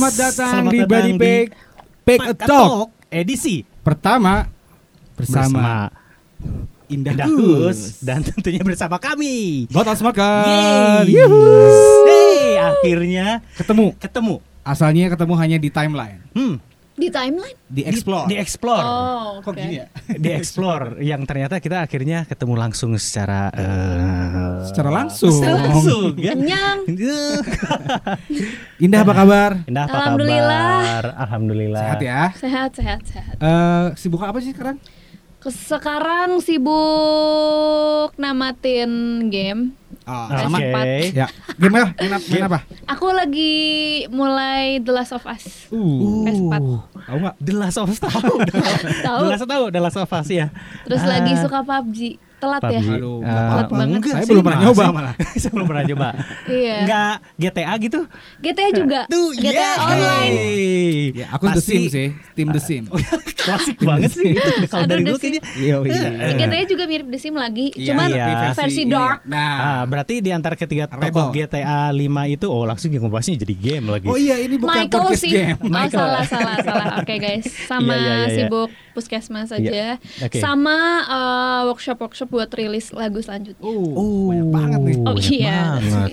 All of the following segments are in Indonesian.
Selamat datang di Body Pick a Talk edisi pertama bersama Indah Gus dan tentunya bersama kami. Botas Makan. Hey, akhirnya ketemu. Asalnya ketemu hanya di timeline. Di timeline? Di explore. Di explore. Oh, Kok gini ya? Di explore yang ternyata kita akhirnya ketemu langsung secara langsung. Ya. Kenyang. Indah apa kabar? Indah apa Alhamdulillah. kabar? Alhamdulillah. Sehat ya? Sehat. Sibuk apa sih sekarang? Sekarang sibuk namatin game. Sama. Oke. Ya. Game main apa? Aku lagi mulai The Last of Us. PS4. Tahu nggak? The Last of Us tahu. Tahu. The Last of Us ya. Terus lagi suka PUBG. Telat ya? PUBG. Aduh, telat banget. Saya belum pernah nyoba malah. Saya belum pernah nyoba. Iya. Enggak GTA gitu. GTA juga. Tuh, GTA online. Ya, aku The Sims sih, tim The Sims. Klasik banget sih itu. Kalau Aduh, dari The dulu kayaknya. Iya. GTA juga mirip The Sims lagi, Iya, cuman iya. versi ini. dark. Nah, Berarti di antara ketiga Rebel. tokoh GTA 5 itu langsung yang ngebahasnya jadi game lagi. oh iya ini bukan Michael podcast sih. game. Oh, Michael. salah. Oke guys, sama Iya. sibuk puskesmas aja. Oke. Sama workshop buat rilis lagu selanjutnya. Banyak banget nih. Oh banyak iya. banget.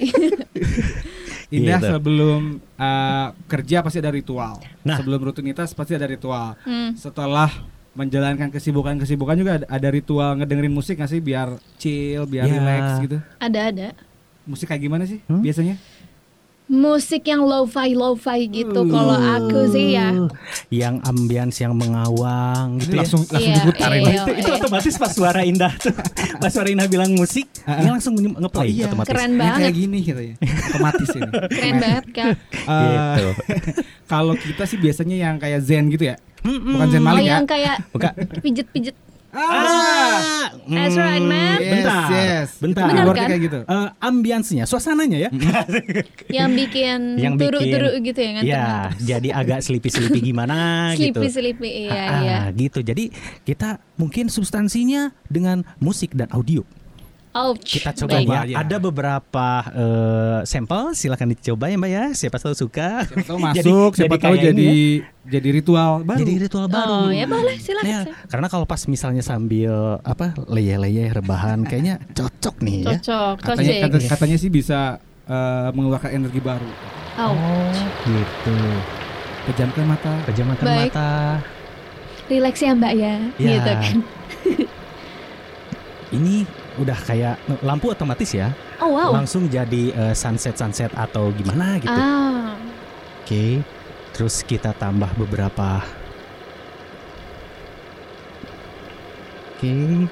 Indah Gitu. sebelum kerja pasti ada ritual. Nah. Sebelum rutinitas pasti ada ritual. Hmm. Setelah menjalankan kesibukan juga ada ritual ngedengerin musik nggak sih biar chill, biar Ya. relax gitu. Ada. Musik kayak gimana sih biasanya? Musik yang lo-fi gitu kalau aku sih ya. Yang ambience yang mengawang gitu ya. Langsung Iya, diputarin. iya. Itu otomatis pas suara Indah tuh. Pas suara Indah bilang musik, dia langsung nge-play iya. otomatis. Keren Ini banget. kayak gini gitu ya. Otomatis ini. Keren banget Kak. Gitu. Kalau kita sih biasanya yang kayak zen gitu ya. Bukan zen Oh maling ya. yang kayak Buka. pijet-pijet. That's That's right, man. Bentar. Benar Keluarga kan? kayak gitu. Ambience-nya, suasananya ya. Yang bikin Yang turu-turu gitu ya kan. Ya, jadi agak sleepy gimana gitu. Sleepy, iya. Gitu. Jadi kita mungkin substansinya dengan musik dan audio. Ouch. Kita coba Baik. ya. aja. Ada beberapa sampel, silakan dicoba ya Mbak ya. Siapa tahu suka. Siapa tahu masuk, siapa tahu kayak ini ya. jadi ritual baru. Jadi ritual baru. Oh ya boleh silakan. Ya, karena kalau pas misalnya sambil leyeh-leyeh rebahan kayaknya cocok nih ya. Cocok. Katanya sih bisa mengeluarkan energi baru. Ouch. Gitu. Pejamkan mata. Pejamkan Baik. mata. Relax ya Mbak ya. Ya. Gitu kan. Ini udah kayak lampu otomatis ya. Oh wow. Langsung jadi sunset atau gimana gitu. Oke. Terus kita tambah beberapa. Oke.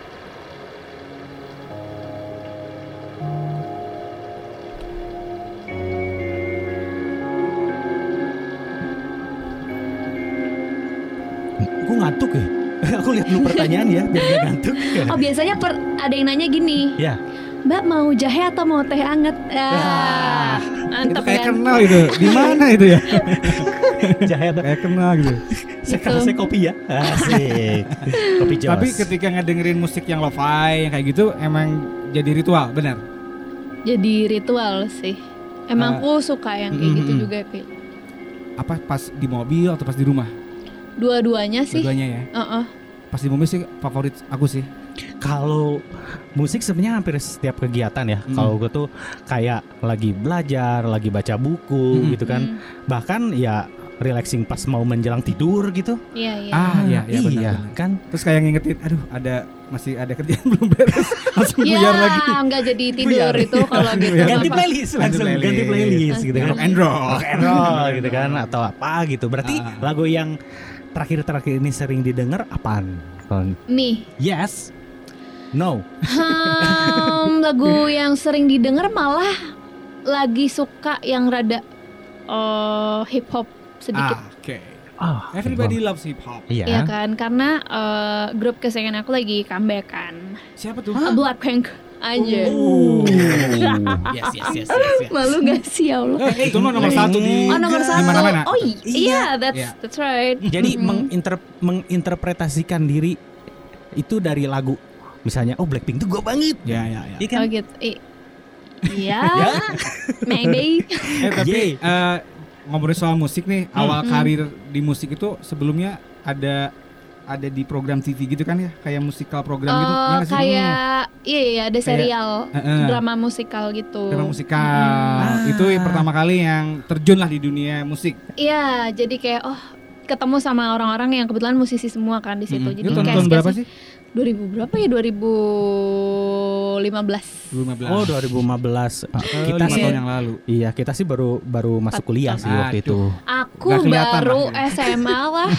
Gue ngantuk ya. Aku lihat dulu pertanyaan ya biar gak ngantuk. Oh biasanya ada yang nanya gini. Ya. Mbak mau jahe atau mau teh anget? Itu Mantap kayak kan? kenal itu. Di mana itu ya? Jahe atau Kayak kenal gitu. saya kopi ya. Asik. Kopi jos. Tapi ketika ngedengerin musik yang lo-fi yang kayak gitu emang jadi ritual, benar? Jadi ritual sih. Emang aku suka yang kayak gitu juga kayak. Apa pas di mobil atau pas di rumah? Dua-duanya sih. Dua-duanya ya. Pas di mobil sih favorit aku sih. Kalau musik sebenarnya hampir setiap kegiatan ya. Kalau gue tuh kayak lagi belajar, lagi baca buku gitu kan. Bahkan ya relaxing pas mau menjelang tidur gitu. Iya. Iya benar. Iya kan. Terus kayak ngingetin, aduh masih ada kerjaan belum beres, langsung Ya, buyar lagi. nggak jadi tidur Buyar. itu kalau gitu. Ganti Apa? playlist langsung, ganti playlist gitu kan. Rock and roll. Rock and roll gitu kan atau apa gitu. Berarti lagu yang terakhir ini sering didengar apaan? Nih, Yes. No. lagu yang sering didengar malah lagi suka yang rada hip hop sedikit. Oke. Oh, Everybody loves hip hop. Iya. Iya kan, karena grup kesayangan aku lagi comeback kan. Siapa tuh? Blackpink aja. Yes. Malu gak sih ya Allah? Itu mah nomor satu di Nomor di satu. mana-mana. Oh iya, that's right. Jadi menginterpretasikan diri itu dari lagu. Misalnya, Blackpink tuh gue banget. Ya. Iya kan? Oh gitu. Iya, maybe. Tapi ngomongin soal musik nih, awal karir di musik itu sebelumnya ada di program TV gitu kan ya, kayak musikal program gitu. Ya nggak sih? Kayak iya ada serial drama musikal gitu. Drama musikal. Itu yang pertama kali yang terjun lah di dunia musik. Iya, jadi kayak ketemu sama orang-orang yang kebetulan musisi semua kan di situ. Jadi Itu tahun kayak berapa sih? 2000 berapa ya? 2015. 2015. Oh 2015. Kita 5 sih tahun yang lalu. Iya kita sih baru masuk kuliah sih waktu itu. Aku Nggak kelihatan baru lah ya. SMA lah.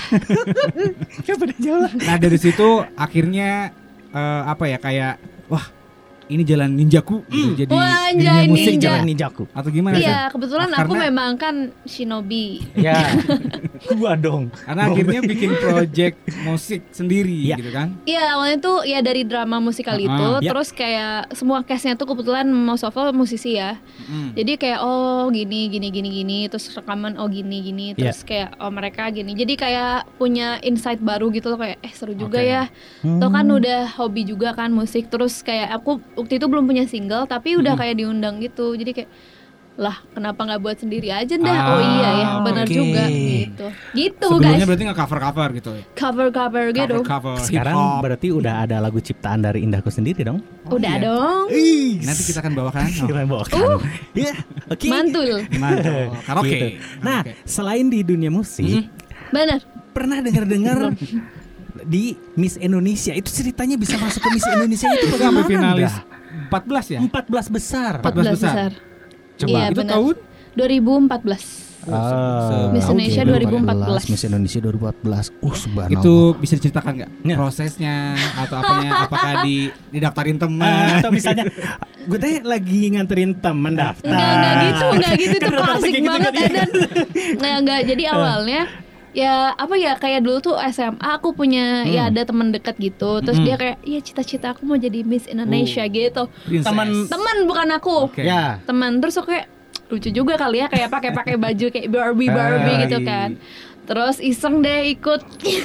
Nah dari situ akhirnya apa ya, kayak wah ini jalan ninjaku gitu. Jadi Wah, dunia anjay, musik ninja. Jalan ninjaku. atau gimana sih? Iya, kebetulan aku Karena- memang kan shinobi. Ya. Gua dong. Karena akhirnya bikin project musik sendiri Iya. gitu kan. Iya, awalnya tuh ya dari drama musikal itu, Ya. terus kayak semua cast-nya tuh kebetulan most of all musisi ya. Jadi kayak gini, terus rekaman gini, terus kayak mereka gini. Jadi kayak punya insight baru gitu loh, kayak seru juga Oke. ya. Tuh kan udah hobi juga kan musik, terus kayak aku waktu itu belum punya single tapi udah kayak diundang gitu. Jadi kayak lah kenapa nggak buat sendiri aja dah. Oh iya ya, benar oke. juga gitu. Gitu Sebelumnya guys. berarti nge-cover gitu ya. Cover gitu. Cover Sekarang hip hop. berarti udah ada lagu ciptaan dari Indahku sendiri dong. Udah iya. dong. Nanti kita akan bawakan. Kita bawakan. Iya, oke. Mantul. Karaoke. Gitu. Nah, selain di dunia musik, Benar. pernah dengar di Miss Indonesia itu ceritanya bisa masuk ke Miss Indonesia itu Itu sampai bagaimana? finalis Dah? 14 ya? 14 besar. 14 besar. Coba. Iya, Itu benar. tahun 2014. Miss oke, Indonesia 2014. Miss Indonesia 2014. Subhanallah. itu bisa diceritakan nggak Ya. prosesnya atau apanya? Apakah didaftarin teman? atau misalnya gue teh lagi nganterin temen daftar. Enggak gitu, itu Kan rata-rata klasik kayak gitu banget kan, iya. Edan. Enggak, jadi awalnya ya apa ya, kayak dulu tuh SMA aku punya ya ada teman dekat gitu. Terus dia kayak, "Iya, cita-cita aku mau jadi Miss Indonesia" gitu. Princess. Teman bukan aku. Oke. Ya. Teman. Terus aku kayak lucu juga kali ya, kayak pakai baju kayak Barbie gitu kan. Terus iseng deh ikut.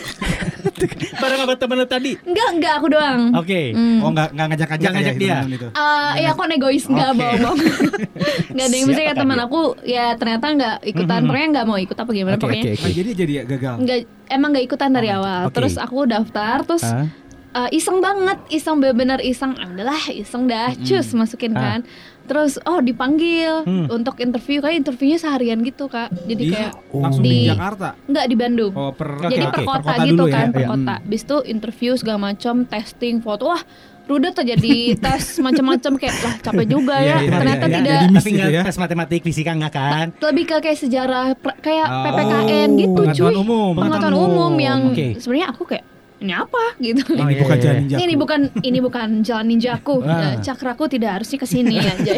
Bareng sama temen lu tadi. Enggak aku doang. Oke. Oh nggak ngajak-ngajak Nggak ngajak dia. Itu. Ya aku egois nggak Oke. bohong. Nggak ada yang bisa, kayak Siapakah teman dia? aku ya ternyata nggak ikutan, pokoknya nggak mau ikut apa gimana Oke, pokoknya. oke. Oh, jadi ya gagal. Nggak, emang nggak ikutan dari awal. oke. Terus aku daftar, terus Hah? iseng banget, bener-bener iseng. Adalah iseng dah, cus masukin kan. Terus dipanggil untuk interview, kayak interviewnya seharian gitu kak. Jadi Iya, kayak langsung di di- Jakarta. nggak di Bandung. Oh Jadi oke. per kota Per kota gitu dulu ya. kan, per Iya. kota. Habis itu interview segala macam, testing, foto. Wah, rudet aja di tes macam-macam, kayak lah capek juga ya. Iya, iya, Ternyata iya, tidak. jadi Tapi gitu nggak ya. tes matematik, fisika nggak kan? Lebih ke kayak sejarah, kayak Oh, PPKN gitu pengetahuan cuy. umum. Pengetahuan umum yang Oke. sebenarnya aku kayak ini apa gitu. Oh, Ini iya, bukan iya, jalan iya. ninja. Ini bukan jalan ninjaku. Wah. Cakraku tidak harusnya ke sini aja.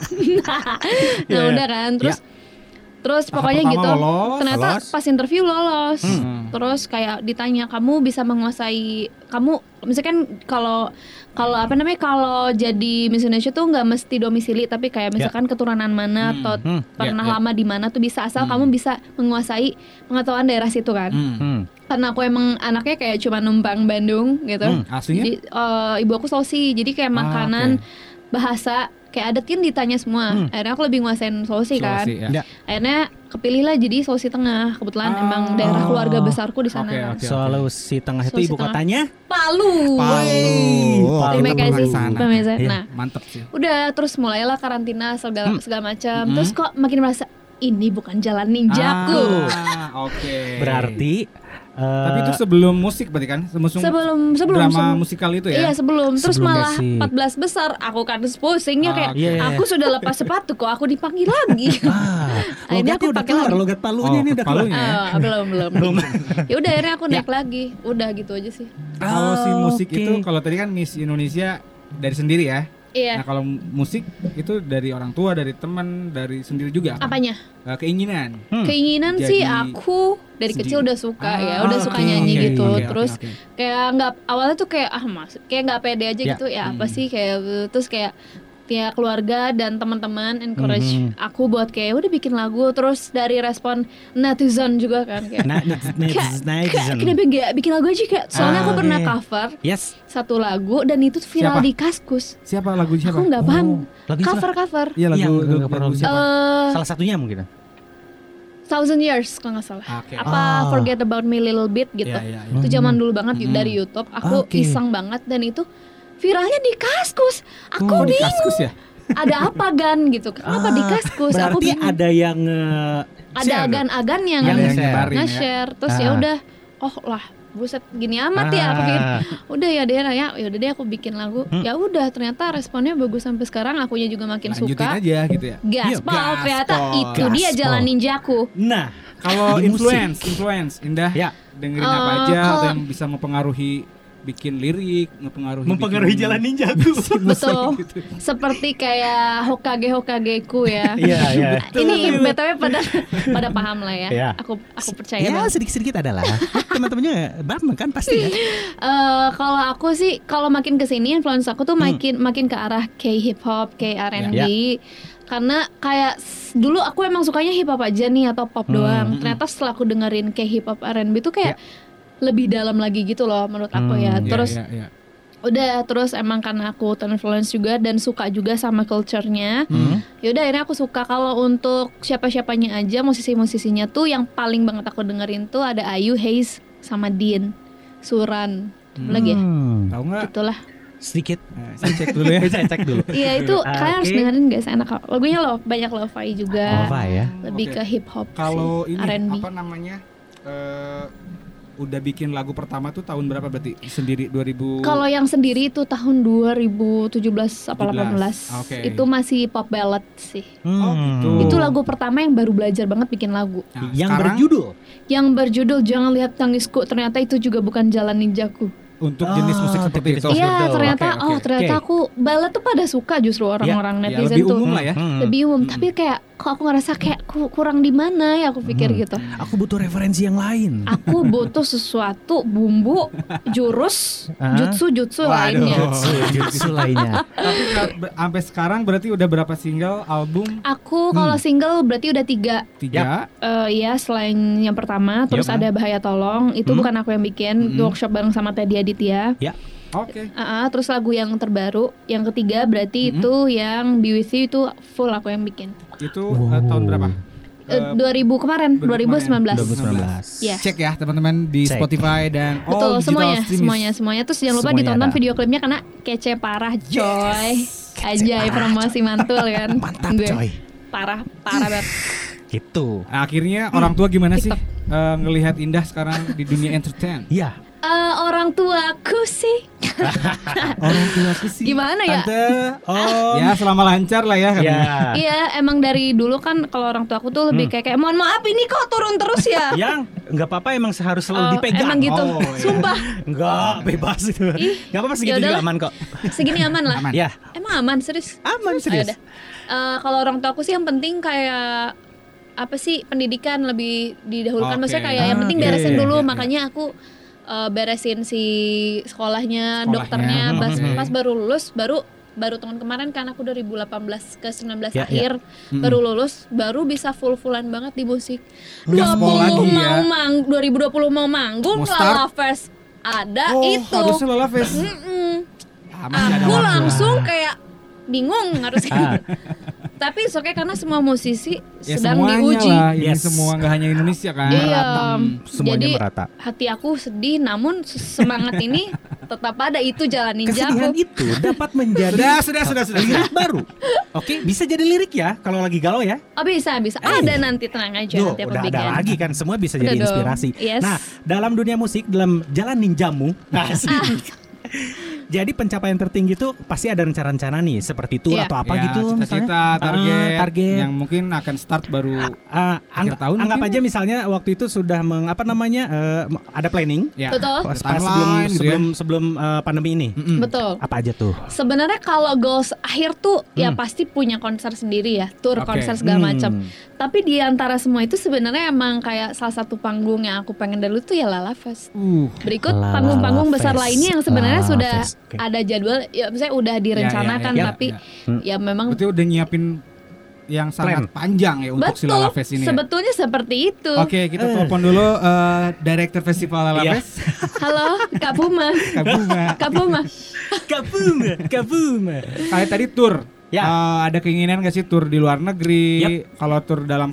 Nah, udah kan. Terus pokoknya pertama gitu. lolos, Ternyata lolos. pas interview lolos. Hmm. Terus kayak ditanya, kamu bisa menguasai, kamu misalkan kalau apa namanya, kalau jadi Miss Indonesia tuh nggak mesti domisili, tapi kayak misalkan keturunan mana atau pernah Ya, ya. lama di mana tuh bisa, asal kamu bisa menguasai pengetahuan daerah situ kan. Karena aku emang anaknya kayak cuma numpang Bandung gitu. Aslinya? Jadi ibu aku Sulawesi, jadi kayak makanan, oke. bahasa, kayak adat kan ditanya semua. Akhirnya aku lebih nguasain Sulawesi kan. Sulawesi, Ya. ya. Akhirnya kepilihlah jadi Sulawesi Tengah. Kebetulan emang daerah keluarga besarku di sana. Oke. Sulawesi Tengah itu Sulawesi ibu Tengah. kotanya? Palu. Palu. Terima Kita kasih pernah kesana. pemirsa. Iya. Nah, Mantep sih. udah terus mulailah karantina segala macam. Terus kok makin merasa ini bukan jalan ninjaku. Oke. Berarti Tapi itu sebelum musik berarti kan? Sebelum drama musikal itu ya? Iya sebelum. Terus Sebelum malah musik. 14 besar aku kan pusingnya kayak iya, iya. aku sudah lepas sepatu kok aku dipanggil lagi. Akhirnya logatnya aku udah pakai keluar, lagi. logat palunya ini udah keluar. palunya ya? Belum. Ya udah akhirnya aku naik lagi. Udah gitu aja sih. Kalau si musik oke. itu, kalau tadi kan Miss Indonesia dari sendiri ya. Iya. Nah kalau musik itu dari orang tua, dari teman, dari sendiri juga. Apanya? Keinginan. Keinginan Jadi sih aku dari sendiri. kecil udah suka ya, Ah, udah suka oke, nyanyi oke, gitu. oke, Terus oke. kayak nggak, awalnya tuh kayak kayak nggak pede aja Ya. gitu ya, apa sih kayak, terus kayak ya keluarga dan teman-teman encourage aku buat kayak udah bikin lagu. Terus dari respon netizen juga kan kayak Kak, kenapa gak bikin lagu aja Kak? Soalnya aku pernah oke. cover Yes. satu lagu dan itu viral Siapa? di Kaskus. Siapa lagu siapa? Aku nggak paham. lagu siapa? Cover Iya lagu Iya, lagu cover lagu siapa? Eh, Salah satunya mungkin. Thousand Years kalau nggak salah. Oke. Apa Forget About Me Little Bit gitu. Iya. Itu zaman dulu banget dari YouTube. Aku iseng banget dan itu viralnya di Kaskus. Aku di bingung. Kaskus ya? Ada apa Gan gitu? Kenapa di Kaskus? Aku Berarti bingung. ada yang Ada agan-agan yang nyebarin ya. nge-share. Terus ya udah, oh lah, buset gini amat ya. Aku pikir, udah ya deh ya udah deh aku bikin lagu. Ya udah ternyata responnya bagus sampai sekarang. Akunya juga makin Lanjutin suka. aja gitu ya. Gaspol ternyata itu Gaspol. dia jalan ninjaku. Nah, Kalau di musik. influence Indah Ya. dengerin apa aja atau yang bisa mempengaruhi bikin lirik, mempengaruhi bikin jalan ninjaku. Betul. gitu. Seperti kayak Hokageku ya. Iya. Ini BTW pada paham lah ya. Iya. Aku percaya Ya, banget. sedikit-sedikit adalah. Teman-temannya paham kan pasti ya. Kalau aku sih kalau makin kesini influence aku tuh makin ke arah K-hip hop, K-R&B. Karena kayak dulu aku emang sukanya hip hop aja nih atau pop doang. Ternyata setelah aku dengerin K-hip hop R&B tuh kayak lebih dalam lagi gitu loh menurut aku ya. Terus udah terus emang karena aku terinfluence juga dan suka juga sama culture-nya. Yaudah akhirnya aku suka. Kalau untuk siapa-siapanya aja musisi-musisinya tuh yang paling banget aku dengerin tuh ada Ayu, Haze sama Dean, Suran. Lagi ya? Tahu nggak? Itulah. Sedikit. Saya cek dulu ya. Saya cek dulu. Iya itu kalian harus dengerin guys, enak kok. Lagunya banyak lo-fi juga. Lo-fi ya. Lebih ke hip hop Kalau sih, ini R&B. apa namanya? Udah bikin lagu pertama tuh tahun berapa berarti? Sendiri 2000. Kalau yang sendiri itu tahun 2017 apa 18. Oke. Itu masih pop ballad sih. Oh gitu. Itu lagu pertama yang baru belajar banget bikin lagu. Nah, Yang sekarang berjudul Yang berjudul Jangan Lihat Tangisku. Ternyata itu juga bukan jalan ninjaku. untuk jenis musik seperti itu. Iya betul. ternyata Oke. ternyata aku ballad tuh pada suka justru orang-orang Ya, netizen lebih tuh. umum lah ya. Lebih umum. Tapi kayak kok aku ngerasa kayak kurang di mana ya aku pikir gitu. aku butuh referensi yang lain. Aku butuh sesuatu bumbu, jurus, jutsu lainnya. Jutsu lainnya. Tapi sampai sekarang berarti udah berapa single, album? Aku kalau single berarti udah 3. 3. Ya selain yang pertama, terus ada Bahaya Tolong. Itu bukan aku yang bikin. Itu workshop bareng sama Teddy Aditya. Ya. Oke. Terus lagu yang terbaru, yang ketiga berarti itu yang Be With You itu full aku yang bikin. Itu tahun berapa? 2000 kemarin, 2019. 2019. Ya. Cek ya teman-teman di Cek. Spotify dan Betul, digital streaming. semuanya. Terus jangan lupa Semuanya ditonton ada. video klipnya karena kece parah coy. Ajay promosi mantul kan. Mantap, Gue coy. Parah banget. Gitu. Nah, akhirnya orang tua gimana sih ngelihat Indah sekarang di dunia entertain? Iya. Orang tuaku sih. Orang tuaku sih. Gimana ya? Tante, Ya selama lancar lah ya. ya. Iya, emang dari dulu kan kalau orang tuaku tuh lebih kayak mohon maaf ini kok turun terus ya. Yang nggak apa-apa emang harus selalu dipegang. Emang gitu. Oh, iya. Sumpah. Nggak, bebas itu. Ih, Nggak apa-apa segitu yaudahlah. juga aman kok. Segini aman lah. Aman. Ya, Emang aman serius? aman Ah, serius. yaudah. Kalau orang tuaku sih yang penting kayak apa sih pendidikan lebih didahulukan. Oke. Maksudnya kayak yang penting Oke. beresin dulu. Iya, iya. Makanya aku beresin si sekolahnya, Sekolahnya. dokternya. Oke. Pas baru lulus, baru tahun kemarin kan aku 2018 ke 19 Ya, akhir baru lulus, baru bisa full-fullan banget di musik. Gaspol lagi ya. 2020 mau manggung Mau start. Lala Fest ada Oh, itu. harusnya Lala Fest. Masih ada Aku waktu. langsung kayak bingung harus tapi oke karena semua musisi Ya, sedang semuanya diuji. lah. Ini Yes. semua nggak hanya Indonesia kan. Iya. Semuanya Jadi merata. hati aku sedih namun semangat ini tetap ada itu jalan Kesedihan ninjaku. itu dapat menjadi Sudah. lirik baru. Oke, bisa jadi lirik ya kalau lagi galau ya. Oh bisa ada nanti tenang aja Tuh, nanti aku udah bikin. ada lagi kan, semua bisa Udah jadi dong. inspirasi. Yes. Nah, dalam dunia musik, dalam jalan ninjamu, jadi pencapaian tertinggi itu pasti ada rencana-rencana nih, seperti tour Iya. atau apa Ya, gitu, cita-cita, misalnya. target yang mungkin akan start baru akhir tahun. Anggap mungkin? aja misalnya waktu itu sudah ada planning. Ya. Betul. Pas Timeline gitu ya. sebelum pandemi ini. Betul. Apa aja tuh? Sebenarnya kalau goals akhir tuh ya pasti punya konser sendiri ya, tour Oke. konser segala macam. Tapi di antara semua itu sebenarnya emang kayak salah satu panggung yang aku pengen dulu tuh ya Lala Fest. Berikut Lala panggung-panggung besar Fest. lainnya yang sebenarnya Lala sudah Fest. Oke. ada jadwal, ya misalnya udah direncanakan Ya. tapi ya memang Berarti udah nyiapin yang sangat panjang ya untuk si betul. Lala Fest ini. Ya? Sebetulnya seperti itu. Oke, kita telepon dulu Director Festival Lala Iya. Fest. Halo, Kak Puma. Kak Bunga. Kak Puma. Kabum. Kayak tadi tour Ya. Ada keinginan gak sih tur di luar negeri? Yap. Kalau tur dalam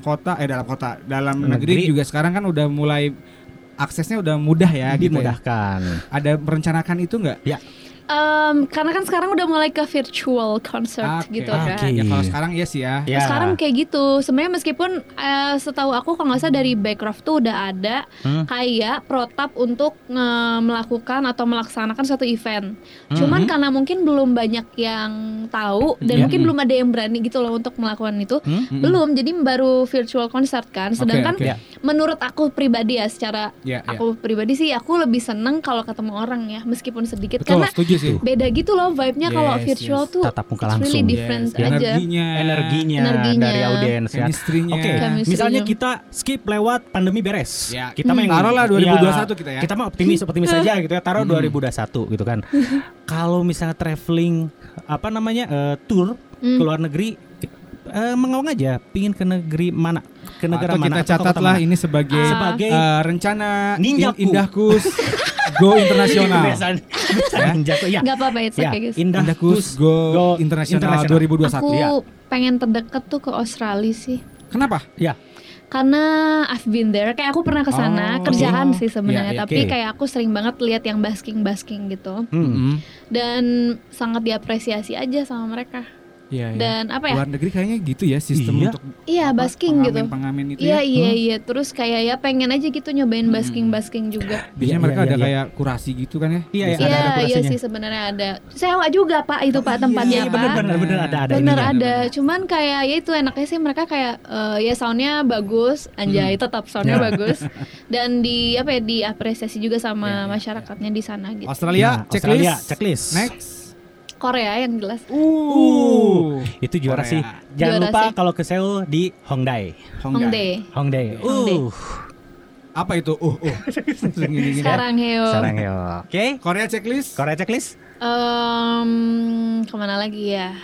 negeri juga sekarang kan udah mulai aksesnya udah mudah ya, gitu ya. Dimudahkan. Ada merencanakan itu nggak? Ya. Karena kan sekarang udah mulai ke virtual concert gitu kan. Ya kalau sekarang iya sih ya. Ya. Sekarang kayak gitu. Sebenarnya meskipun setahu aku kalau nggak salah dari Backcraft tuh udah ada kayak protap untuk melakukan atau melaksanakan suatu event. Cuman karena mungkin belum banyak yang tahu dan mungkin belum ada yang berani gitu loh untuk melakukan itu. Belum. Jadi baru virtual concert kan. Sedangkan menurut aku pribadi ya, secara aku pribadi sih aku lebih seneng kalau ketemu orang ya, meskipun sedikit. Betul, karena setuju sih. beda gitu loh vibe-nya kalau virtual tuh tatap muka it's really langsung. different aja. Energinya dari audiens ya. Chemistry-nya. Oke, misalnya kita skip lewat pandemi beres. Ya. Kita main taruhlah 2021 kita ya. Kita mah optimis saja gitu ya. Taruh 2021 gitu kan. Kalau misalnya traveling tour ke luar negeri, mengawang aja pingin ke negeri mana? Ke negara atau mana? Kita catatlah ini sebagai rencana Indahkus Go Internasional. Ninjaku ya. Gak apa-apa itu kayak gitu. Indahkus Go Internasional 2021. Aku pengen terdekat tuh ke Australia sih. Kenapa? Ya. Karena I've been there, kayak aku pernah ke sana kerjaan sih sebenarnya, tapi kayak aku sering banget lihat yang basking gitu. Dan sangat diapresiasi aja sama mereka. Iya, dan apa ya? Luar negeri kayaknya gitu ya sistem untuk basking gitu. Pengamen itu Iya. Terus kayak ya pengen aja gitu nyobain basking juga. Biasanya mereka ada kayak kurasi gitu kan ya? Iya sih sebenarnya ada. Sewa juga Pak itu Pak tempatnya Pak. Bener ada. Cuman kayak ya itu enaknya sih mereka kayak ya soundnya bagus, anjay tetap soundnya bagus. Dan diapresiasi juga sama masyarakatnya di sana gitu. Australia checklist. Next. Korea yang jelas. Itu juara Korea. sih. Jangan lupa kalau ke Seoul di Hongdae. Apa itu? Saranghaeyo. Oke. Korea checklist. Kemana lagi ya?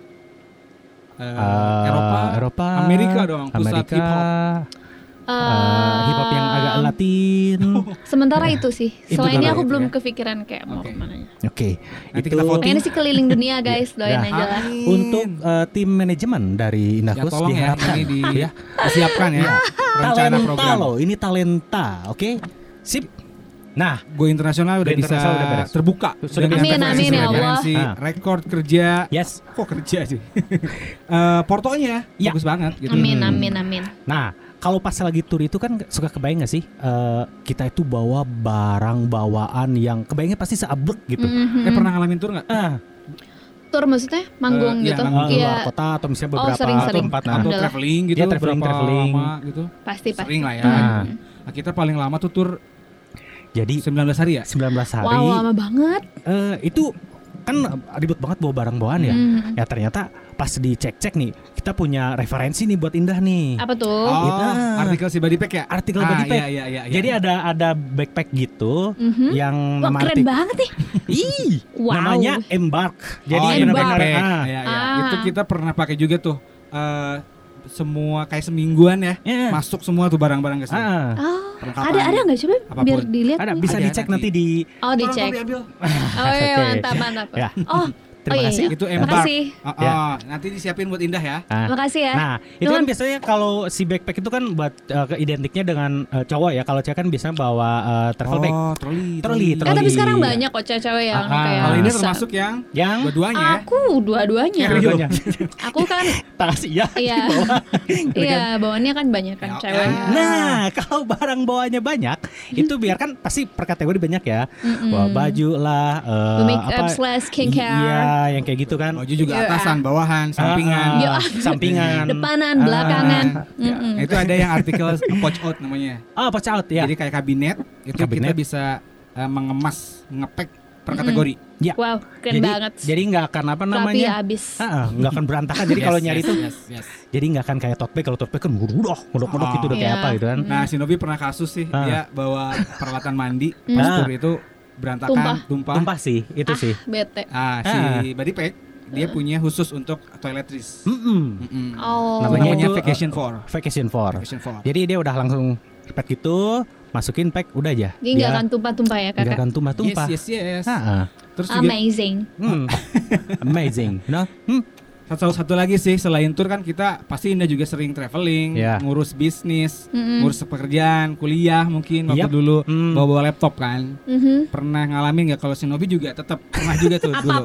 Eropa. Amerika dong. Pusat hip hop. Hip hop yang agak Latin. Sementara itu sih. Selainnya aku belum kepikiran kayak mau kemana. Oke. Nanti kita voting. Pengen sih keliling dunia guys, doain aja lah. Untuk tim manajemen dari Indahkus diharapkan disiapkan ya rencana program. Loh, ini talenta, oke? Sip. Nah, Go Internasional udah bisa terbuka. Amin ya Allah. Rekor kerja. Yes. Kok kerja sih? Portonya bagus banget gitu. Amin. Nah, kalau pas lagi tur itu kan suka kebayang gak sih kita itu bawa barang bawaan yang kebayangnya pasti seablek gitu. Pernah ngalamin tur nggak? Tur maksudnya manggung gitu? Luar kota atau misalnya beberapa tempat atau traveling gitu. Traveling lama gitu. Pasti. Sering lah ya. Nah, kita paling lama tuh tur. Jadi 19 hari ya? 19 hari. Wow, lama banget. Itu kan ribet banget bawa barang bawaan ya. Ya ternyata pas dicek-cek nih, kita punya referensi nih buat Indah nih. Apa tuh? Artikel si Body Pack ya? Artikel Body Pack. Iya. Jadi ada backpack gitu yang nama keren banget nih. Namanya Embark. Jadi Embark. Itu kita pernah pakai juga tuh. Semua kayak semingguan ya, masuk semua tuh barang-barang ke sini. Ada nggak coba biar dilihat? Ada, bisa dicek nanti di. Dicek. Mantap. Ya. Terima kasih. Itu Embark. Makasih. Nanti disiapin buat Indah ya. Makasih ya. Nah, itu kan biasanya kalau si backpack itu kan buat identiknya dengan cowok ya. Kalau cewek kan biasanya bawa travel bag. Troli. Tapi sekarang banyak kok cewek yang kayak. Kalau ini termasuk yang dua-duanya ya. Aku dua-duanya. Aku kan Tasya. Iya, bawaannya kan banyak kan cewek. Nah, kalau barang bawaannya banyak, itu biarkan pasti per kategori banyak ya. Bawa baju lah, make-up / skincare. Yang kayak gitu kan. Baju juga atasan, bawahan, sampingan, depanan, belakangan. Nah, itu ada yang artikel pouch out namanya. Pouch out ya. Jadi kayak kabinet itu kita bisa mengemas, ngepack per kategori. Ya. Wow, keren banget. Jadi nggak akan Rapi habis. Nggak akan berantakan. Jadi kalau nyari itu, jadi nggak akan kayak tote bag. Kalau tote bag kan mudok gitu udah kayak apa gitu kan. Nah, si Novi pernah kasus sih, dia bawa peralatan mandi, pas tur itu berantakan, tumpah sih, itu sih. Bete. Si Body Pack dia punya khusus untuk toiletries. Namanya Vacation 4. Jadi dia udah langsung pack gitu, masukin pack udah aja. Jadi nggak akan tumpah-tumpah ya kakak? Nggak akan tumpah-tumpah. Yes. Terus juga amazing. Amazing, no? Satu lagi sih, selain tour kan kita pasti Indah juga sering traveling, ngurus bisnis, ngurus pekerjaan, kuliah mungkin waktu dulu bawa laptop kan. Pernah ngalamin nggak? Kalau Shinobi juga tetap pernah juga tuh dulu.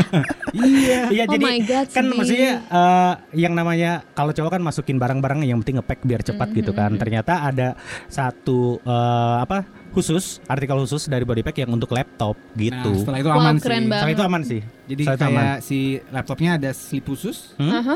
Iya, Oh jadi my God, kan sedih. maksudnya yang namanya kalau cowok kan masukin barang-barang yang penting nge-pack biar cepat gitu kan. Ternyata ada satu artikel khusus dari Bodypack yang untuk laptop gitu. Nah, setelah itu aman sih. Keren banget. Setelah itu aman sih. Jadi Setelah itu kayak si laptopnya ada slip khusus,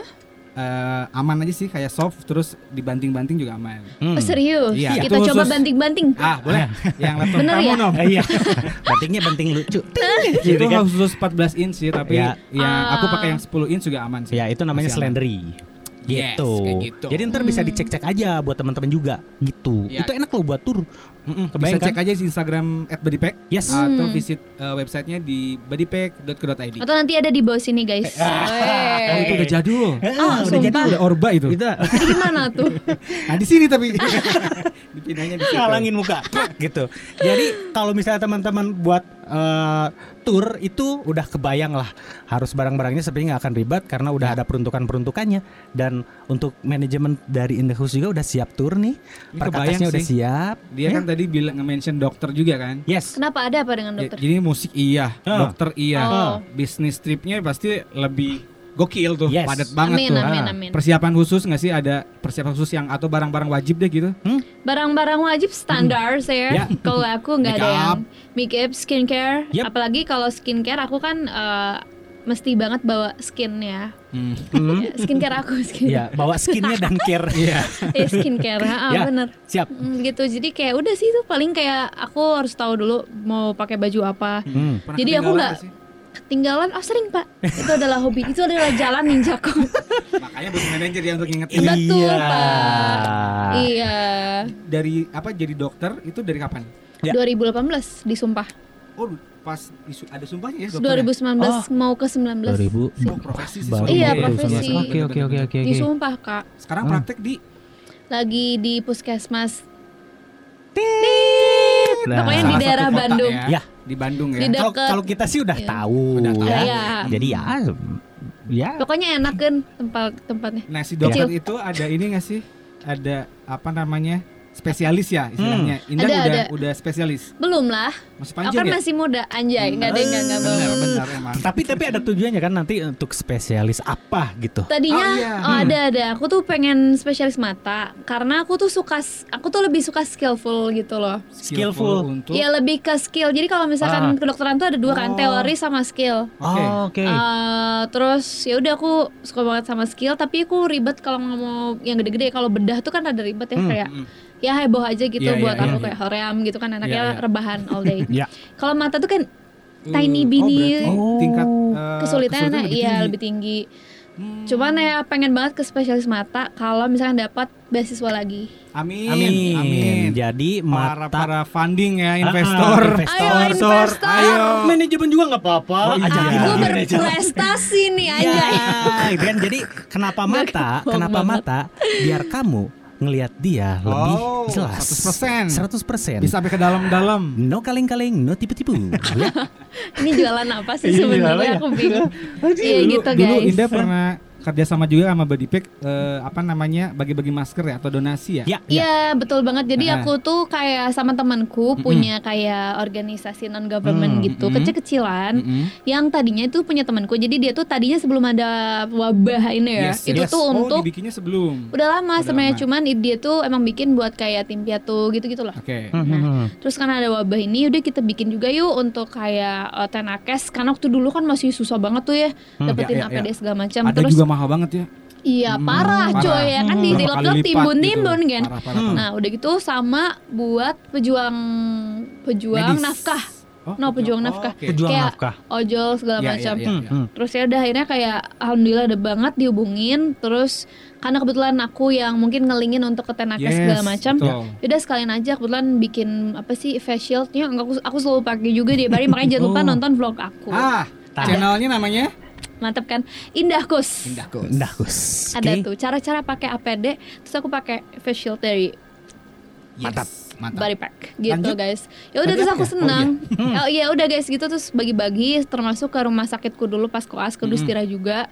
aman aja sih, kayak soft, terus dibanting-banting juga aman. Oh, serius? Iya, Kita itu coba khusus. banting-banting. Boleh. Yang laptop Bener kamu ya? Nom. Iya. Bantingnya banting lucu. Itu khusus 14 inch sih, tapi Ya. yang aku pakai yang 10 inch juga aman sih. Ya, itu namanya Masih aman. Slendery. Yes, Gitu. kayak gitu. Jadi ntar bisa dicek-cek aja buat teman-teman juga gitu. Ya. Itu enak loh buat tur. Bisa Kebayang cek kan? aja di Instagram @bodypack Yes. atau visit websitenya di bodypack.co.id. Atau nanti ada di bawah sini guys. Oh, itu udah jadul. Ah, udah sumpah. jadi Udah orba itu. Itu Jadi gimana tuh? Nah, di sini tapi dipindahnya di situ. ngalangin muka gitu. Jadi kalau misalnya teman-teman buat tour itu udah kebayang lah, harus barang-barangnya sebenarnya nggak akan ribet karena udah ada peruntukannya, dan untuk manajemen dari Indahus juga udah siap tour nih, Ini perkakasnya kebayang udah sih. siap. Dia kan tadi bilang nge-mention dokter juga kan. Yes. Kenapa ada apa dengan dokter? Jadi musik iya, dokter iya, Oh. bisnis tripnya pasti lebih gokil tuh, Yes. padat banget Amin, tuh. amin, amin. Persiapan khusus nggak sih, ada persiapan khusus yang atau barang-barang wajib deh gitu? Barang-barang wajib standar saya. Ya. Kalau aku nggak ada Make yang up. make up, skincare. Yep. Apalagi kalau skincare aku kan mesti banget bawa skin ya. Ya, skincare aku Ya, bawa skinnya dan care. Iya. skincare. Ya, Bener. siap. Gitu. Jadi kayak udah sih itu paling kayak aku harus tahu dulu mau pakai baju apa. Pernah Jadi aku ketinggalan nggak sih? ketinggalan. Sering Pak. Itu adalah hobi. Itu adalah jalan ninjaku. Makanya butuh manajer ya untuk ngingetin. Betul Iya. Pak. Iya. Dari apa jadi dokter itu dari kapan? Ya. 2018 disumpah. Oh, pas ada sumpahnya ya dokter. 2019 mau ke 19. 2000. Oh, profesi sih. Baru Iya, sebenarnya. profesi. Oke. Disumpah Kak. Sekarang praktek di Lagi di puskesmas. Nah, Pokoknya di salah daerah satu kota Bandung. ya. Ya. Di Bandung ya. Di deket. Kalau kita sih udah Iya. tahu Udah tahu. ya. Iya. Jadi ya Pokoknya enak kan tempatnya. Nah, si dokter Kecil. itu ada ini nggak sih? Ada apa namanya? Spesialis ya istilahnya. Indah Ada. udah spesialis. Belum lah. Masih Aku panjang kan ya? masih muda, anjay. Enggak belum. Benar emang. Tapi ada tujuannya kan nanti untuk spesialis apa gitu. Tadinya Oh, iya. ada. Aku tuh pengen spesialis mata karena aku tuh lebih suka skillful gitu loh. Skillful. untuk Iya, lebih ke skill. Jadi kalau misalkan kedokteran tuh ada dua kan, teori sama skill. Oke. Oke. Terus ya udah aku suka banget sama skill, tapi aku ribet kalau mau yang gede-gede. Kalau bedah tuh kan ada ribet ya, kayak ya heboh aja gitu Iya, buat iya, aku iya. kayak hoream gitu kan, anaknya Iya, iya. rebahan all day. Ya. Kalau mata tuh kan tiny bini, berarti tingkat kesulitannya lebih iya tinggi. lebih tinggi. Cuman ya pengen banget ke spesialis mata kalau misalkan dapat beasiswa lagi. Amin. Jadi Para funding ya, investor. investor. Ayo investor. Ayo. Manajemen juga nggak apa-apa. Oh, iya. Ajakin Aku lagi. berprestasi nih Ya, anjay. gitu kan. Jadi kenapa mata? gampang Kenapa banget. mata? Biar kamu ngelihat dia lebih Oh, jelas. 100%. 100%. Bisa sampai ke dalam-dalam. No kaleng-kaleng, no tipu-tipu. Ya. Ini jualan apa sih Iya, jualan sebenarnya? ya. Aku bingung. Iya gitu Dulu guys. Indah pernah kerja sama juga sama Bodypack, apa namanya, bagi-bagi masker ya atau donasi ya? Ya, Iya betul banget. Jadi Ah. aku tuh kayak sama temanku punya kayak organisasi non government gitu kecil-kecilan yang tadinya itu punya temanku. Jadi dia tuh tadinya sebelum ada wabah ini ya, Yes, itu yes. tuh Oh, untuk dibikinnya sebelum. udah lama Udah sebenarnya, lama. cuman dia tuh emang bikin buat kayak tim piatu gitu-gitu lah. Oke. Nah, terus karena ada wabah ini, udah kita bikin juga yuk untuk kayak tenakes, karena waktu dulu kan masih susah banget tuh ya dapetin Ya, ya, APD ya. segala macam. Ada Terus juga mahal banget ya. iya parah coy ya kan, Berapa ditilap-tilap kali lipat timbun-timbun gitu. kan. Parah. Nah udah gitu sama buat pejuang Medis. nafkah. Oh, No, pejuang oh, nafkah. oke. Pejuang Kayak nafkah. ojol segala Iya, macam. iya, iya. Terus ya udah akhirnya kayak alhamdulillah ada banget dihubungin. Terus karena kebetulan aku yang mungkin ngelingin untuk ke tenakes Yes, segala macam. betul. Udah sekalian aja kebetulan bikin apa sih face shieldnya. Aku selalu pakai juga di hari, makanya jangan lupa nonton vlog aku. Channelnya namanya Mantap kan? Indahkus. Indahkus. Ada Oke. tuh cara-cara pakai APD. Terus aku pakai face shield dari Mantap. body pack gitu Lanjut. guys. Ya udah Lanjut terus aku ya? senang. Oh iya udah guys gitu, terus bagi-bagi termasuk ke rumah sakitku dulu pas koas ke Dustira juga.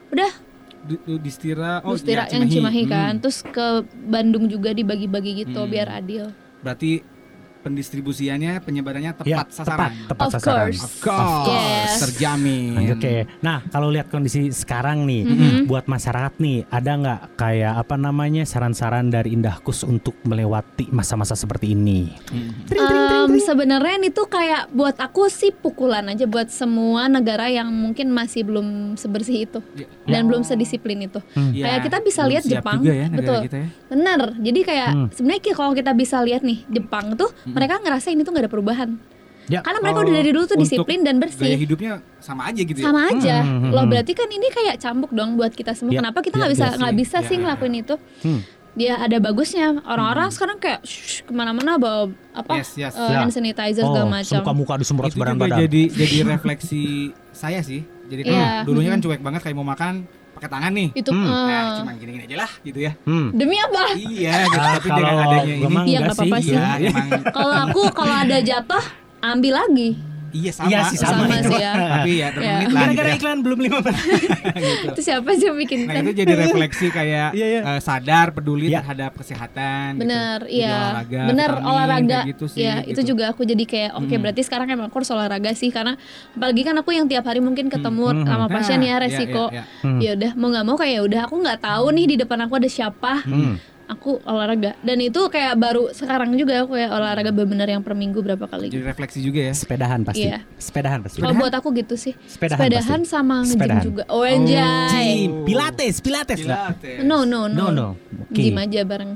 udah Distira yang Cimahi kan. Terus ke Bandung juga dibagi-bagi gitu biar adil. Berarti pendistribusiannya, penyebarannya tepat sasaran. Tepat sasaran. Of course. Yes. Terjamin. Oke. Nah, kalau lihat kondisi sekarang nih, buat masyarakat nih, ada nggak kayak saran-saran dari Indahkus untuk melewati masa-masa seperti ini? Sebenarnya itu kayak buat aku sih pukulan aja buat semua negara yang mungkin masih belum sebersih itu dan belum sedisiplin itu. Kayak kita bisa lihat Jepang, juga ya, betul. Kita ya. Bener. Jadi kayak sebenarnya kalau kita bisa lihat nih Jepang tuh mereka ngerasa ini tuh nggak ada perubahan. Karena mereka udah dari dulu tuh disiplin dan bersih. Gaya hidupnya sama aja gitu ya. Sama aja. Loh berarti kan ini kayak cambuk dong buat kita semua. Kenapa kita nggak bisa sih ngelakuin itu? Dia ada bagusnya. Orang-orang sekarang kayak kemana-mana bawa hand sanitizer segala macam. Muka disemprot sembarang badan. Jadi refleksi saya sih. Jadi kan dulunya kan cuek banget kayak mau makan pakai tangan nih. Itu cuman gini-gini aja lah gitu ya. Demi apa? Iya, gitu. Tapi dengan adanya ini ya nggak apa-apa sih. Kalau aku ada jatuh ambil lagi. Iya sama. Iya sih sama sih ya. Tapi ya menit lah. Gara-gara iklan belum 5 menit. Gitu. Itu siapa sih yang bikin? Nah itu jadi refleksi kayak sadar, peduli terhadap kesehatan. Bener, gitu. iya. Olahraga, bener olahraga. Gitu sih, ya gitu. itu juga aku jadi kayak oke, berarti sekarang emang aku harus olahraga sih karena apalagi kan aku yang tiap hari mungkin ketemu sama pasien ya resiko. Ya udah mau nggak mau kayak udah aku nggak tahu nih di depan aku ada siapa. Aku olahraga dan itu kayak baru sekarang juga aku kayak olahraga benar-benar yang per minggu berapa kali. Jadi refleksi juga ya. Sepedahan pasti. Iya. Sepedahan pasti. Kalau buat aku gitu sih. Sepedahan sama nge-gym juga. Gym, Pilates. No. Okay. Gym aja bareng.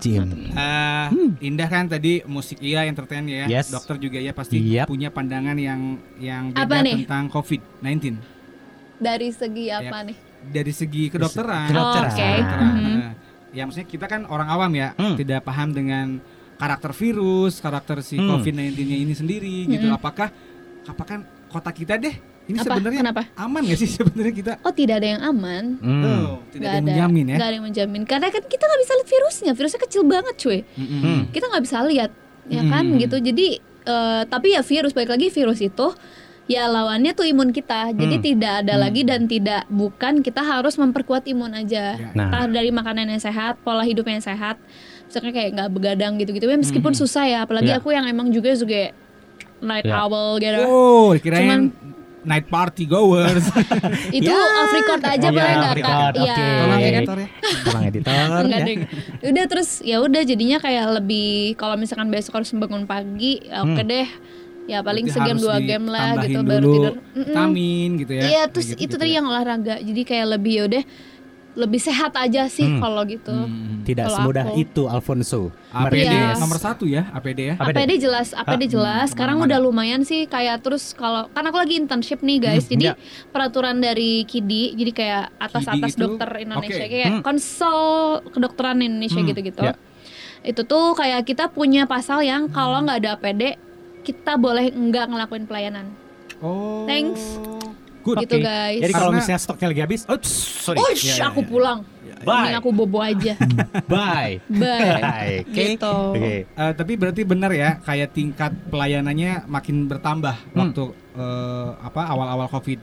Indah kan tadi musik entertain ya. Yes. Dokter juga ya pasti punya pandangan yang beda apa nih? tentang COVID-19. Dari segi apa nih? Dari segi kedokteran. Oke. Ya maksudnya kita kan orang awam ya, tidak paham dengan karakter virus, karakter si COVID-19-nya ini sendiri gitu. Apakah kota kita deh ini sebenarnya aman gak sih sebenarnya kita? Oh tidak ada yang aman. Tidak ada yang menjamin ya? Gak ada yang menjamin karena kan kita nggak bisa lihat virusnya kecil banget cuy. Kita nggak bisa lihat ya kan gitu. Jadi tapi ya balik lagi virus itu ya lawannya tuh imun kita. Jadi tidak ada lagi dan bukan kita harus memperkuat imun aja. Entah dari makanan yang sehat, pola hidup yang sehat. Misalnya kayak nggak begadang gitu-gitu ya meskipun susah ya. Apalagi aku yang emang juga night owl gitu. Oh, kirain night party goers. Itu off record aja boleh nggak Kak? Iya. Tolong editor. Enggak deh. Udah terus ya udah jadinya kayak lebih kalau misalkan besok harus bangun pagi, oke deh. Ya paling sejam 2 game lah gitu baru tidur. Vitamin gitu ya. Iya terus itu tadi yang olahraga. Jadi kayak lebih lebih sehat aja sih kalau gitu. Tidak semudah itu Alfonso. APD nomor 1 ya, APD ya. APD jelas. Sekarang udah lumayan sih kayak terus kalau kan aku lagi internship nih guys. Jadi peraturan dari KIDI jadi kayak atas dokter Indonesia kayak konsel kedokteran Indonesia gitu-gitu. Itu tuh kayak kita punya pasal yang kalau nggak ada APD kita boleh enggak ngelakuin pelayanan. Thanks. Good. Gitu guys. Jadi kalau misalnya stoknya lagi habis, aku pulang. Bye. Mending aku bobo aja. Bye. Gitu. Tapi berarti benar ya, kayak tingkat pelayanannya makin bertambah waktu awal-awal COVID.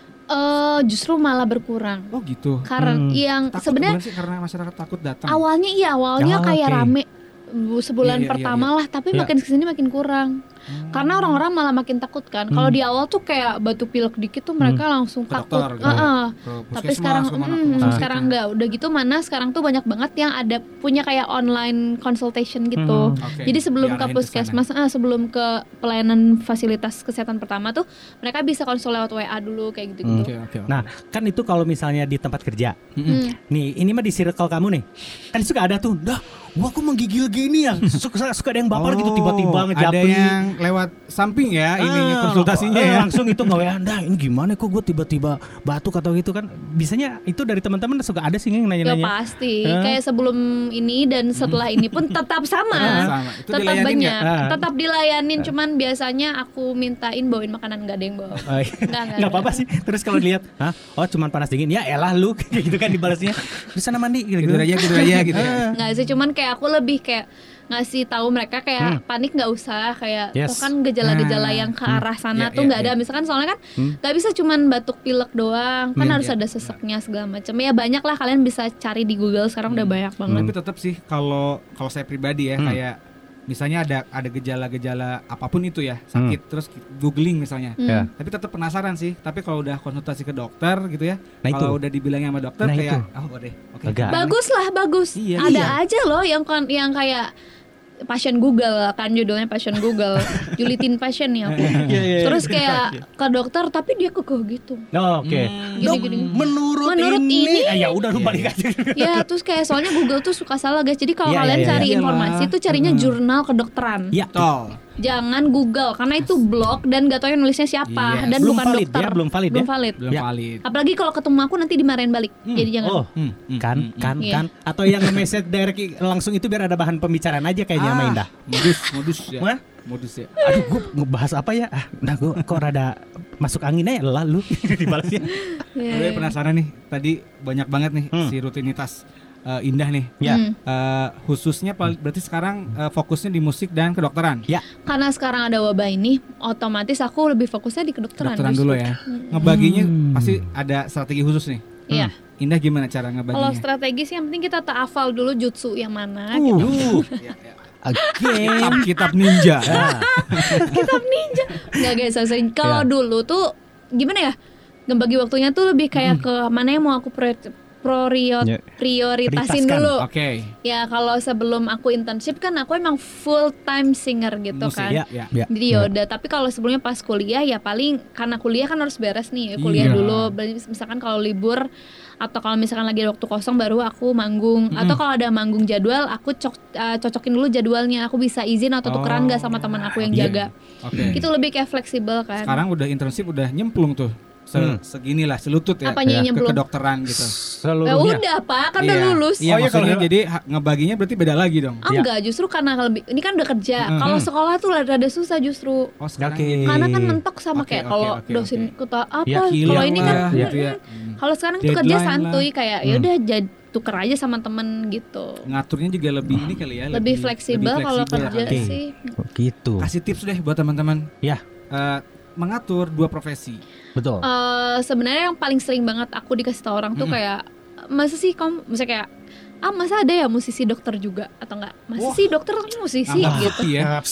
Justru malah berkurang. Oh gitu. Karena yang sebenarnya karena masyarakat takut datang. Awalnya kayak rame. Sebulan pertama lah, tapi makin kesini makin kurang. Karena orang-orang malah makin takut kan. Kalau di awal tuh kayak batuk pilek dikit tuh mereka langsung takut. Tapi sekarang enggak. Udah gitu sekarang tuh banyak banget yang ada punya kayak online consultation gitu. Jadi sebelum ke puskesmas, sebelum ke pelayanan fasilitas kesehatan pertama tuh mereka bisa konsul lewat WA dulu kayak gitu. Nah, kan itu kalau misalnya di tempat kerja. Nih, ini mah di circle kamu nih. Kan suka ada tuh, gua kok menggigil gini ya. Suka ada yang baper gitu tiba-tiba ngejapri. Ada yang lewat samping ya ininya konsultasinya ya. Langsung itu nge-WA, ini gimana kok gue tiba-tiba batuk atau gitu kan. Bisanya itu dari teman-teman suka ada sih yang nanya-nanya. Ya pasti. Kayak sebelum ini dan setelah ini pun tetap sama. Tetap banyak. Tetap dilayanin cuman biasanya aku mintain bawain makanan enggak ada yang bawa. Enggak apa-apa sih. Terus kalau dilihat, cuman panas dingin. Ya elah lu gitu kan dibalasnya. Di sana mandi gitu aja gitu. Enggak sih, cuman kayak aku lebih kayak ngasih tahu mereka kayak panik nggak usah, kayak kan gejala-gejala yang ke arah sana tuh nggak ada. Misalkan soalnya kan nggak bisa cuman batuk pilek doang, kan harus ada seseknya segala macam. Ya banyak lah, kalian bisa cari di Google sekarang udah banyak banget. Tapi tetap sih kalau saya pribadi ya kayak misalnya ada gejala-gejala apapun itu ya, sakit terus googling misalnya. Tapi tetap penasaran sih. Tapi kalau udah konsultasi ke dokter gitu ya, kalau udah dibilangnya sama dokter kayak deh. Bagus. Ada aja loh yang kayak pasien Google kan, judulnya pasien Google. Julitin pasien nih aku. Terus kayak ke dokter tapi dia kekeh gitu. Dok, menurut ini ya udah lu balik aja. Ya, terus kayak soalnya Google tuh suka salah guys. Jadi kalau kalian cari informasi tuh carinya jurnal kedokteran. Jangan Google karena itu blog dan gak tahu yang nulisnya siapa dan belum bukan valid, dokter. Belum valid. Apalagi kalau ketemu aku nanti dimarahin balik. Jadi jangan. Kan. Atau yang nge-message direct langsung itu biar ada bahan pembicaraan aja kayaknya sama Indah. Modus ya. Aduh, gue ngebahas apa ya? Nah, gue kok rada masuk angin aja lalu dibalasnya. Gue penasaran nih. Tadi banyak banget nih si rutinitas Indah nih. Khususnya berarti sekarang fokusnya di musik dan kedokteran. Karena sekarang ada wabah ini, otomatis aku lebih fokusnya di kedokteran dulu ya. Ngebaginya pasti ada strategi khusus nih. Indah gimana cara ngebaginya? Kalau strategi sih yang penting kita hafal dulu jutsu yang mana gitu. Kitab ninja. Kitab ninja. Enggak guys, kalau dulu tuh gimana ya? Ngebagi waktunya tuh lebih kayak ke mana yang mau aku prioritasin dulu. Ya kalau sebelum aku internship kan aku emang full time singer gitu kan. Jadi yaudah. Tapi kalau sebelumnya pas kuliah ya paling karena kuliah kan harus beres nih. Kuliah dulu. Misalkan kalau libur atau kalau misalkan lagi ada waktu kosong baru aku manggung. Atau kalau ada manggung jadwal aku cocokin dulu jadwalnya. Aku bisa izin atau tukeran gak sama teman aku yang jaga. Itu lebih kayak fleksibel kan. Sekarang udah internship udah nyemplung tuh. Seginilah selutut ya ke kedokteran gitu. Udah Pak, kan udah lulus. Maksudnya jadi ngebaginya berarti beda lagi dong. Enggak, justru karena lebih ini kan udah kerja. Kalau sekolah tuh rada susah justru. Karena kan mentok sama kayak kalau dosen kita kalau ini kan kalau sekarang tuh kerja santuy kayak ya udah tuker aja sama temen gitu. Ngaturnya juga lebih ini kali ya. Lebih fleksibel kalau kerja sih. Gitu. Kasih tips deh buat teman-teman. Mengatur dua profesi. Betul. Sebenarnya yang paling sering banget aku dikasih tahu orang tuh kayak masa sih kamu misalnya kayak masa ada ya musisi dokter juga atau enggak? Masa sih dokter kamu musisi gitu.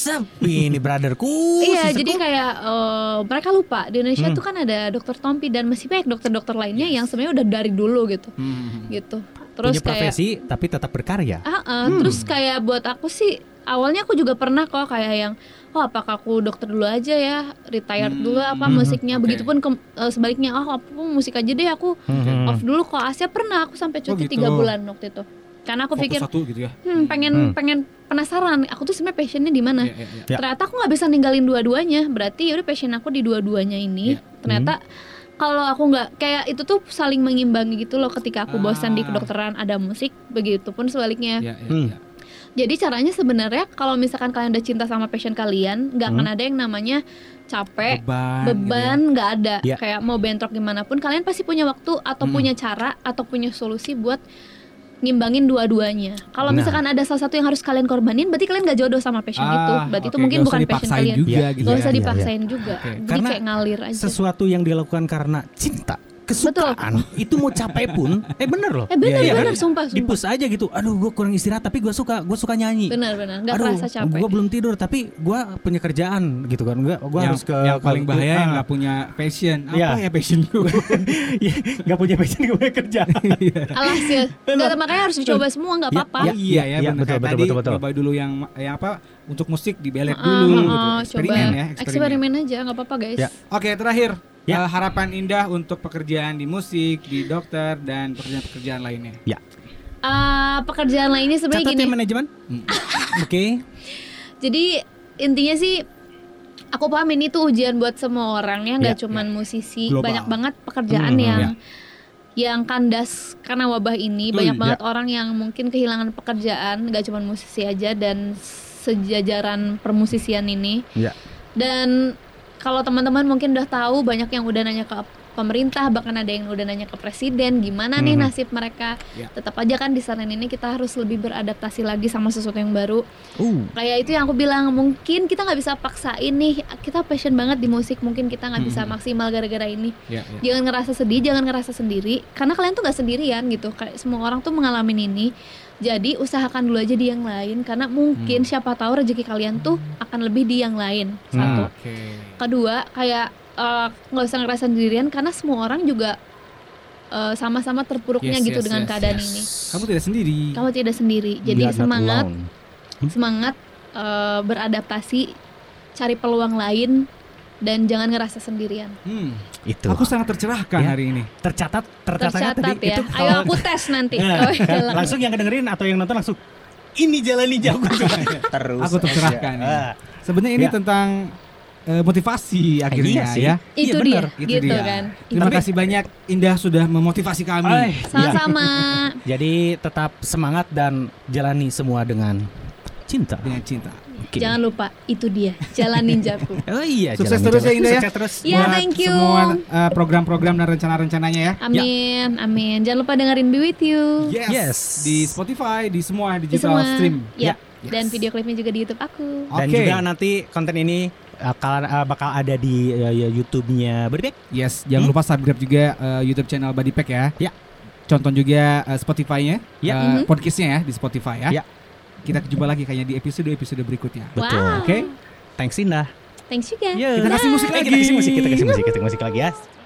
Ini brotherku. Iya, jadi kayak mereka lupa di Indonesia tuh kan ada dokter Tompi dan masih banyak dokter-dokter lainnya yang sebenarnya udah dari dulu gitu. Gitu. Terus punya profesi tapi tetap berkarya. Terus kayak buat aku sih awalnya aku juga pernah kok kayak yang apakah aku dokter dulu aja ya, retired dulu musiknya. Begitupun sebaliknya aku musik aja deh aku off dulu. Kok Asia pernah aku sampai cuti 3 bulan waktu itu. Karena aku pikir gitu ya? pengen penasaran aku tuh sebenarnya passionnya di mana. Ternyata aku nggak bisa ninggalin dua-duanya. Berarti udah passion aku di dua-duanya ini. Ternyata kalau aku nggak kayak itu tuh saling mengimbangi gitu loh. Ketika aku bosan di kedokteran ada musik, begitupun sebaliknya. Jadi caranya sebenarnya kalau misalkan kalian udah cinta sama passion kalian, nggak akan ada yang namanya capek, beban nggak ada. Kayak mau bentrok gimana pun, kalian pasti punya waktu atau punya cara atau punya solusi buat ngimbangin dua-duanya. Kalau misalkan ada salah satu yang harus kalian korbanin, berarti kalian nggak jodoh sama passion itu. Berarti itu mungkin bukan passion kalian. Gak usah dipaksain juga. Jadi kayak ngalir aja. Sesuatu yang dilakukan karena cinta, kesukaan. Betul. Itu mau capek pun bener loh. Bener sumpah. Dipus aja gitu. Aduh gue kurang istirahat tapi gue suka nyanyi. Bener gak kerasa capek. Gue belum tidur tapi gue punya kerjaan gitu kan. Gue harus ke yang paling bahaya yang gak punya passion. Apa ya passion gue? Gak punya passion, gue punya kerjaan. Alas ya. Makanya harus dicoba semua, gak apa-apa. Iya bener. Betul. Coba dulu yang apa untuk musik di ballet dulu gitu. Eksperimen aja, gak apa-apa guys. Oke, terakhir. Harapan Indah untuk pekerjaan di musik, di dokter, dan pekerjaan-pekerjaan lainnya. Pekerjaan lainnya sebenarnya gini. Catat manajemen. Oke. Jadi intinya sih aku paham ini tuh ujian buat semua orang ya, nggak cuman musisi. Global. Banyak banget pekerjaan yang kandas karena wabah ini. Banyak banget orang yang mungkin kehilangan pekerjaan, nggak cuman musisi aja dan sejajaran permusisian ini. Dan kalau teman-teman mungkin udah tahu, banyak yang udah nanya ke pemerintah, bahkan ada yang udah nanya ke presiden gimana nih nasib mereka. Tetap aja kan di sana ini kita harus lebih beradaptasi lagi sama sesuatu yang baru. Kayak itu yang aku bilang, mungkin kita nggak bisa paksain nih, kita passion banget di musik, mungkin kita nggak bisa maksimal gara-gara ini. Jangan ngerasa sedih, jangan ngerasa sendiri, karena kalian tuh nggak sendirian gitu. Kayak semua orang tuh mengalami ini. Jadi usahakan dulu aja di yang lain, karena mungkin siapa tahu rezeki kalian tuh akan lebih di yang lain. Satu. Kedua, kayak nggak usah ngerasa sendirian, karena semua orang juga sama-sama terpuruknya gitu dengan keadaan ini. Kamu tidak sendiri. Kamu tidak sendiri. Jadi semangat beradaptasi, cari peluang lain, dan jangan ngerasa sendirian. Itu. Aku sangat tercerahkan hari ini. Tercatat tadi. Ya. Itu Ayo aku tes nanti. Langsung yang dengerin atau yang nonton langsung ini jalani jauh terus. Aku tercerahkan. Sebenarnya ini tentang motivasi akhirnya ya. Itu dia. Gitu kan. Terima kasih banyak Indah sudah memotivasi kami. Sama-sama. Jadi tetap semangat dan jalani semua dengan cinta. Dengan cinta. Okay. Jangan lupa, itu dia jalan ninjaku. Oh iya, sukses terus ya Indah ya. Sukses terus. Ya, thank you. Semua program-program dan rencana-rencananya ya. Amin, amin. Jangan lupa dengerin Be With You. Yes. Di Spotify, di semua digital stream. Ya. Dan video klipnya juga di YouTube aku. Dan juga nanti konten ini bakal ada di YouTube-nya Body Pack. Yes. Jangan lupa subscribe juga YouTube channel Body Pack ya. Ya. Contoh juga Spotify-nya, podcastnya ya di Spotify ya. Kita jumpa lagi kayaknya di episode berikutnya. Betul. Wow. Oke. Thanks Indah. Thanks juga. Kita kasih musik lagi. Kita kasih musik lagi ya.